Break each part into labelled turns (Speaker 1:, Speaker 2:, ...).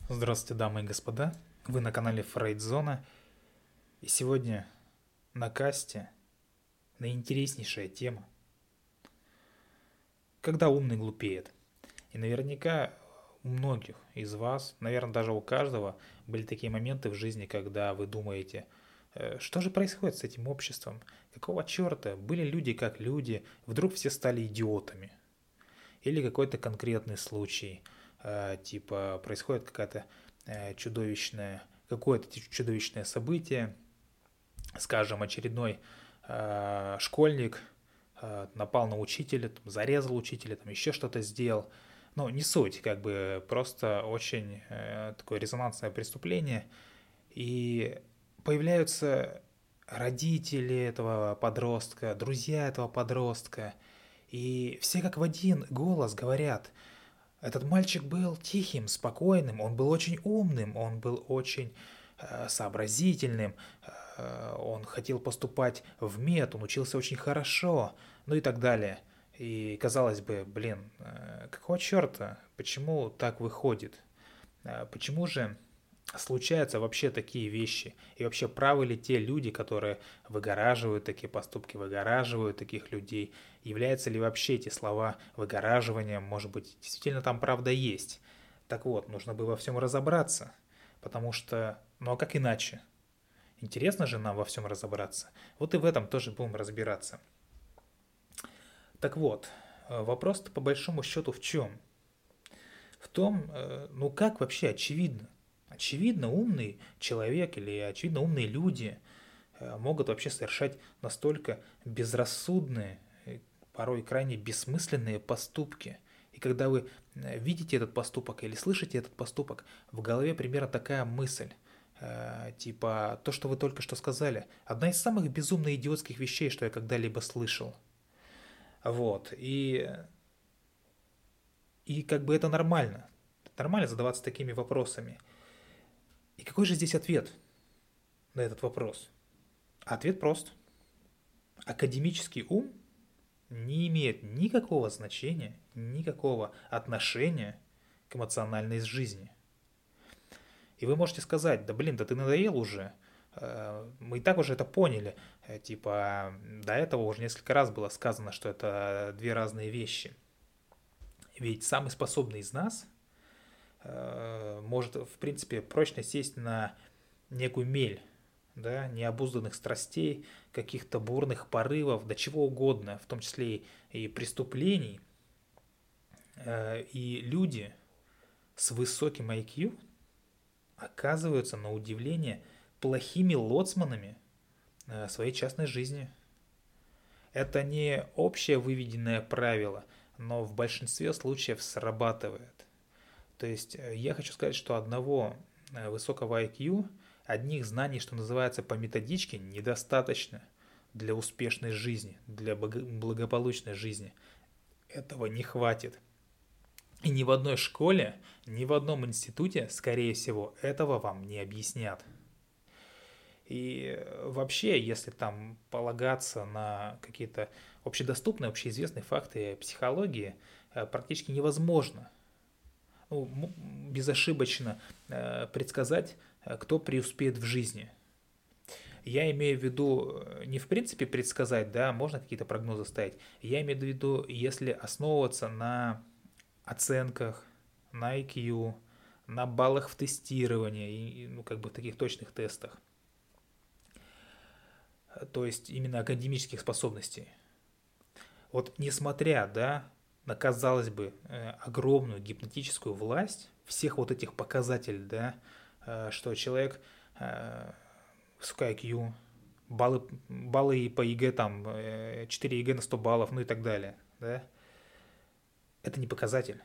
Speaker 1: Здравствуйте, дамы и господа. Вы на канале Фрейдзона. И сегодня на касте наинтереснейшая тема. Когда умный глупеет. И наверняка у многих из вас, наверное, даже у каждого, были такие моменты в жизни, когда вы думаете, что же происходит с этим обществом? Какого черта? Были люди как люди, вдруг все стали идиотами. Или какой-то конкретный случай, типа происходит какое-то чудовищное событие, скажем, очередной школьник напал на учителя, там, зарезал учителя, там еще что-то сделал. Ну, не суть, как бы просто очень такое резонансное преступление. И появляются родители этого подростка, друзья этого подростка, и все как в один голос говорят, этот мальчик был тихим, спокойным, он был очень умным, он был очень сообразительным, он хотел поступать в мед, он учился очень хорошо, ну и так далее. И казалось бы, блин, какого черта, почему так выходит? Почему же случаются вообще такие вещи? И вообще правы ли те люди, которые выгораживают такие поступки, выгораживают таких людей? Являются ли вообще эти слова выгораживанием? Может быть, действительно там правда есть? Так вот, нужно бы во всем разобраться, потому что, ну а как иначе? Интересно же нам во всем разобраться. Вот и в этом тоже будем разбираться. Так вот, вопрос-то по большому счету в чем? В том, ну как вообще очевидно? Очевидно, умный человек или очевидно умные люди могут вообще совершать настолько безрассудные, порой крайне бессмысленные поступки. И когда вы видите этот поступок или слышите этот поступок, в голове примерно такая мысль. Типа то, что вы только что сказали. Одна из самых безумно идиотских вещей, что я когда-либо слышал. Вот. И как бы это нормально. Нормально задаваться такими вопросами. И какой же здесь ответ на этот вопрос? Ответ прост. Академический ум не имеет никакого значения, никакого отношения к эмоциональной жизни. И вы можете сказать, да блин, да ты надоел уже, мы и так уже это поняли. Типа, до этого уже несколько раз было сказано, что это две разные вещи. Ведь самый способный из нас может, в принципе, прочно сесть на некую мель, да, необузданных страстей, каких-то бурных порывов, да чего угодно, в том числе и преступлений. И люди с высоким IQ оказываются, на удивление, плохими лоцманами своей частной жизни. Это не общее выведенное правило, но в большинстве случаев срабатывает. То есть я хочу сказать, что одного высокого IQ, одних знаний, что называется, по методичке, недостаточно для успешной жизни, для благополучной жизни. Этого не хватит. И ни в одной школе, ни в одном институте, скорее всего, этого вам не объяснят. И вообще, если там полагаться на какие-то общедоступные, общеизвестные факты психологии, практически невозможно безошибочно предсказать, кто преуспеет в жизни. Я имею в виду не в принципе предсказать, да, можно какие-то прогнозы ставить. Я имею в виду, если основываться на оценках, на IQ, на баллах в тестировании, ну, как бы в таких точных тестах. То есть именно академических способностей. Вот несмотря, да, на, казалось бы, огромную гипнотическую власть всех вот этих показателей, да, что человек высокий IQ, баллы по ЕГЭ там 4 ЕГЭ на 100 баллов, ну и так далее, да, это не показатель.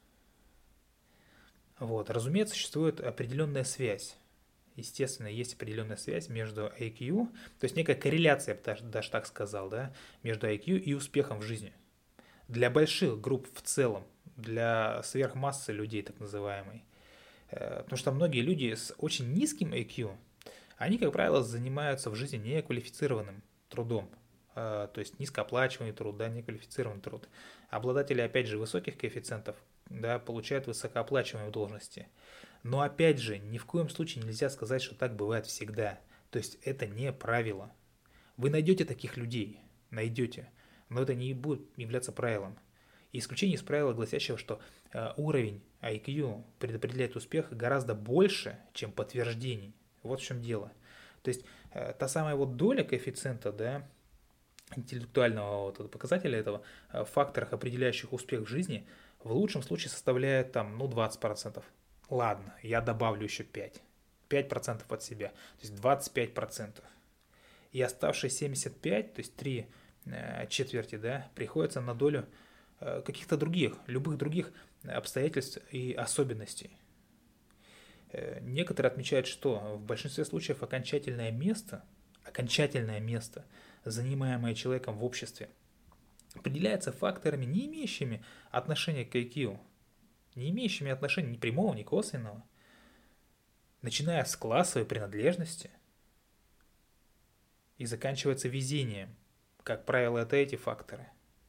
Speaker 1: Вот. Разумеется, существует определенная связь. Естественно, есть определенная связь между IQ, то есть некая корреляция, я бы даже так сказал, да, между IQ и успехом в жизни. Для больших групп в целом, для сверхмассы людей, так называемой. Потому что многие люди с очень низким IQ, они, как правило, занимаются в жизни неквалифицированным трудом. То есть низкооплачиваемый труд, да, неквалифицированный труд. Обладатели, опять же, высоких коэффициентов, да, получают высокооплачиваемые должности. Но опять же, ни в коем случае нельзя сказать, что так бывает всегда. То есть это не правило. Вы найдете таких людей, найдете, но это не будет являться правилом. И исключение из правила, гласящего, что уровень IQ предопределяет успех гораздо больше, чем подтверждений. Вот в чем дело. То есть та самая вот доля коэффициента, да, интеллектуального вот показателя этого в факторах, определяющих успех в жизни, в лучшем случае составляет там, ну, 20%. Ладно, я добавлю еще 5. 5% от себя, то есть 25%. И оставшиеся 75, то есть 3 четверти, да, приходится на долю каких-то других, любых других обстоятельств и особенностей. Некоторые отмечают, что в большинстве случаев окончательное место, занимаемое человеком в обществе, определяется факторами, не имеющими отношения к IQ, не имеющими отношения ни прямого, ни косвенного, начиная с классовой принадлежности и заканчивается везением. Как правило, это эти факторы.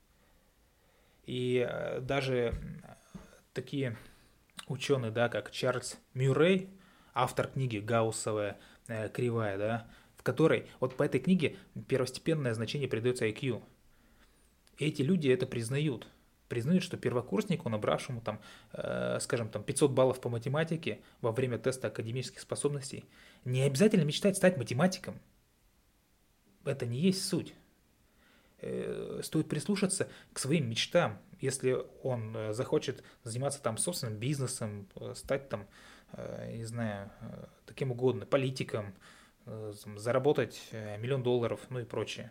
Speaker 1: И даже такие ученые, да, как Чарльз Мюррей, автор книги «Гауссовая кривая», да, в которой вот по этой книге первостепенное значение придается IQ. И эти люди это признают. Признают, что первокурснику, набравшему там, скажем, там 500 баллов по математике во время теста академических способностей, не обязательно мечтать стать математиком. Это не есть суть. Стоит прислушаться к своим мечтам. Если он захочет заниматься там собственным бизнесом, стать там, не знаю, таким угодно, политиком, заработать $1 миллион, ну и прочее.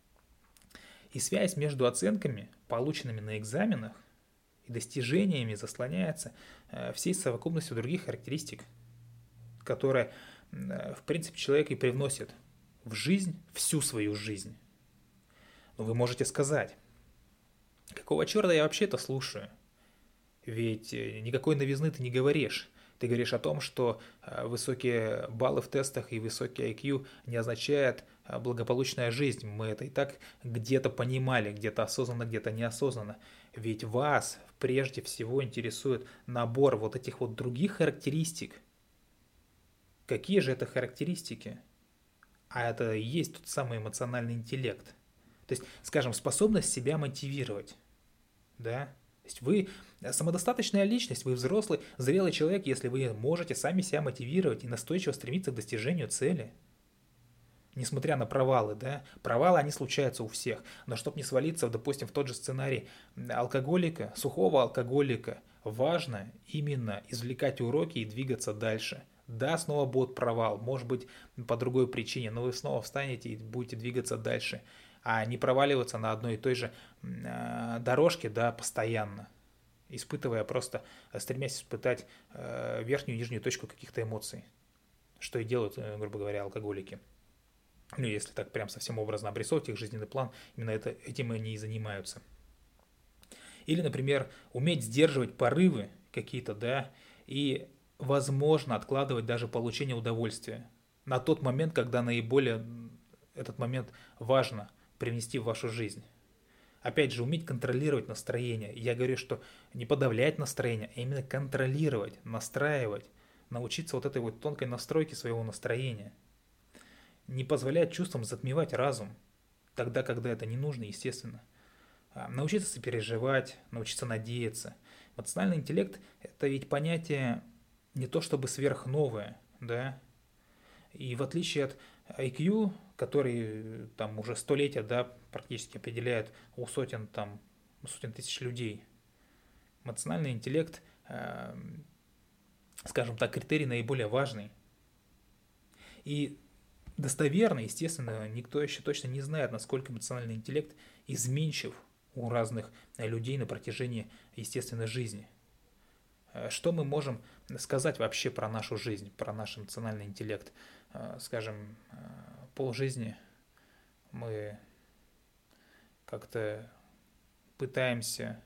Speaker 1: И связь между оценками, полученными на экзаменах, и достижениями заслоняется всей совокупностью других характеристик, которые, в принципе, человек и привносит в жизнь всю свою жизнь. Но вы можете сказать, какого черта я вообще это слушаю? Ведь никакой новизны ты не говоришь. Ты говоришь о том, что высокие баллы в тестах и высокий IQ не означает благополучная жизнь. Мы это и так где-то понимали, где-то осознанно, где-то неосознанно. Ведь вас прежде всего интересует набор вот этих вот других характеристик. Какие же это характеристики? А это и есть тот самый эмоциональный интеллект. То есть, скажем, способность себя мотивировать. Да? То есть вы самодостаточная личность, вы взрослый, зрелый человек, если вы можете сами себя мотивировать и настойчиво стремиться к достижению цели. Несмотря на провалы, да, провалы они случаются у всех, но чтобы не свалиться, допустим, в тот же сценарий алкоголика, сухого алкоголика, важно именно извлекать уроки и двигаться дальше. Да, снова будет провал, может быть по другой причине, но вы снова встанете и будете двигаться дальше, а не проваливаться на одной и той же дорожке, да, постоянно, испытывая просто, стремясь испытать верхнюю и нижнюю точку каких-то эмоций, что и делают, грубо говоря, алкоголики. Ну, если так прям совсем образно обрисовывать их жизненный план, именно этим они и занимаются. Или, например, уметь сдерживать порывы какие-то, да, и, возможно, откладывать даже получение удовольствия на тот момент, когда наиболее этот момент важно привнести в вашу жизнь. Опять же, уметь контролировать настроение. Я говорю, что не подавлять настроение, а именно контролировать, настраивать, научиться вот этой вот тонкой настройке своего настроения. Не позволять чувствам затмевать разум, тогда, когда это не нужно, естественно. Научиться сопереживать, научиться надеяться. Эмоциональный интеллект – это ведь понятие не то чтобы сверхновое, да, и в отличие от IQ, который там уже столетия, да, практически определяет у сотен тысяч людей, эмоциональный интеллект, скажем так, критерий наиболее важный. И достоверно, естественно, никто еще точно не знает, насколько эмоциональный интеллект изменчив у разных людей на протяжении естественной жизни. Что мы можем сказать вообще про нашу жизнь, про наш эмоциональный интеллект? Скажем, полжизни мы как-то пытаемся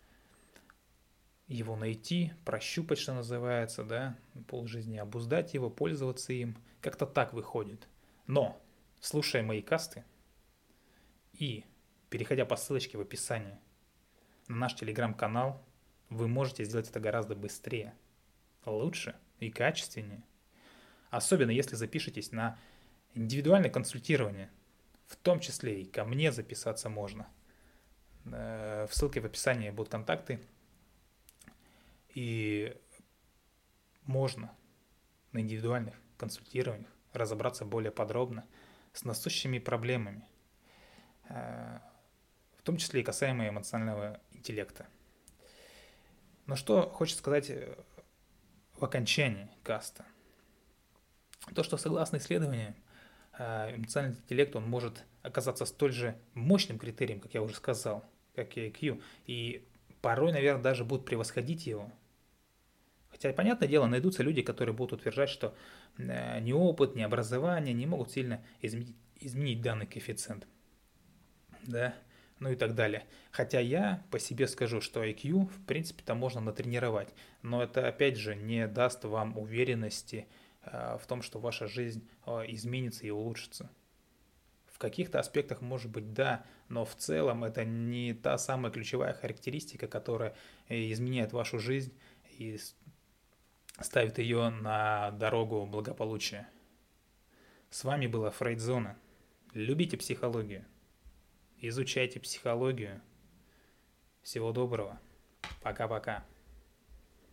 Speaker 1: его найти, прощупать, что называется, да, полжизни обуздать его, пользоваться им. Как-то так выходит. Но, слушая мои касты и переходя по ссылочке в описании на наш телеграм-канал, вы можете сделать это гораздо быстрее, лучше и качественнее. Особенно если запишетесь на индивидуальное консультирование. В том числе и ко мне записаться можно. В ссылке в описании будут контакты. И можно на индивидуальных консультированиях разобраться более подробно с насущими проблемами, в том числе и касаемо эмоционального интеллекта. Но что хочется сказать в окончании каста? То, что согласно исследованиям, эмоциональный интеллект, он может оказаться столь же мощным критерием, как я уже сказал, как и IQ, и порой, наверное, даже будут превосходить его. Хотя, понятное дело, найдутся люди, которые будут утверждать, что ни опыт, ни образование не могут сильно изменить данный коэффициент. Да, ну и так далее. Хотя я по себе скажу, что IQ, в принципе-то можно натренировать, но это, опять же, не даст вам уверенности в том, что ваша жизнь изменится и улучшится. В каких-то аспектах, может быть, да, но в целом это не та самая ключевая характеристика, которая изменяет вашу жизнь и ставит ее на дорогу благополучия. С вами была Фрейдзона. Любите психологию. Изучайте психологию. Всего доброго. Пока-пока.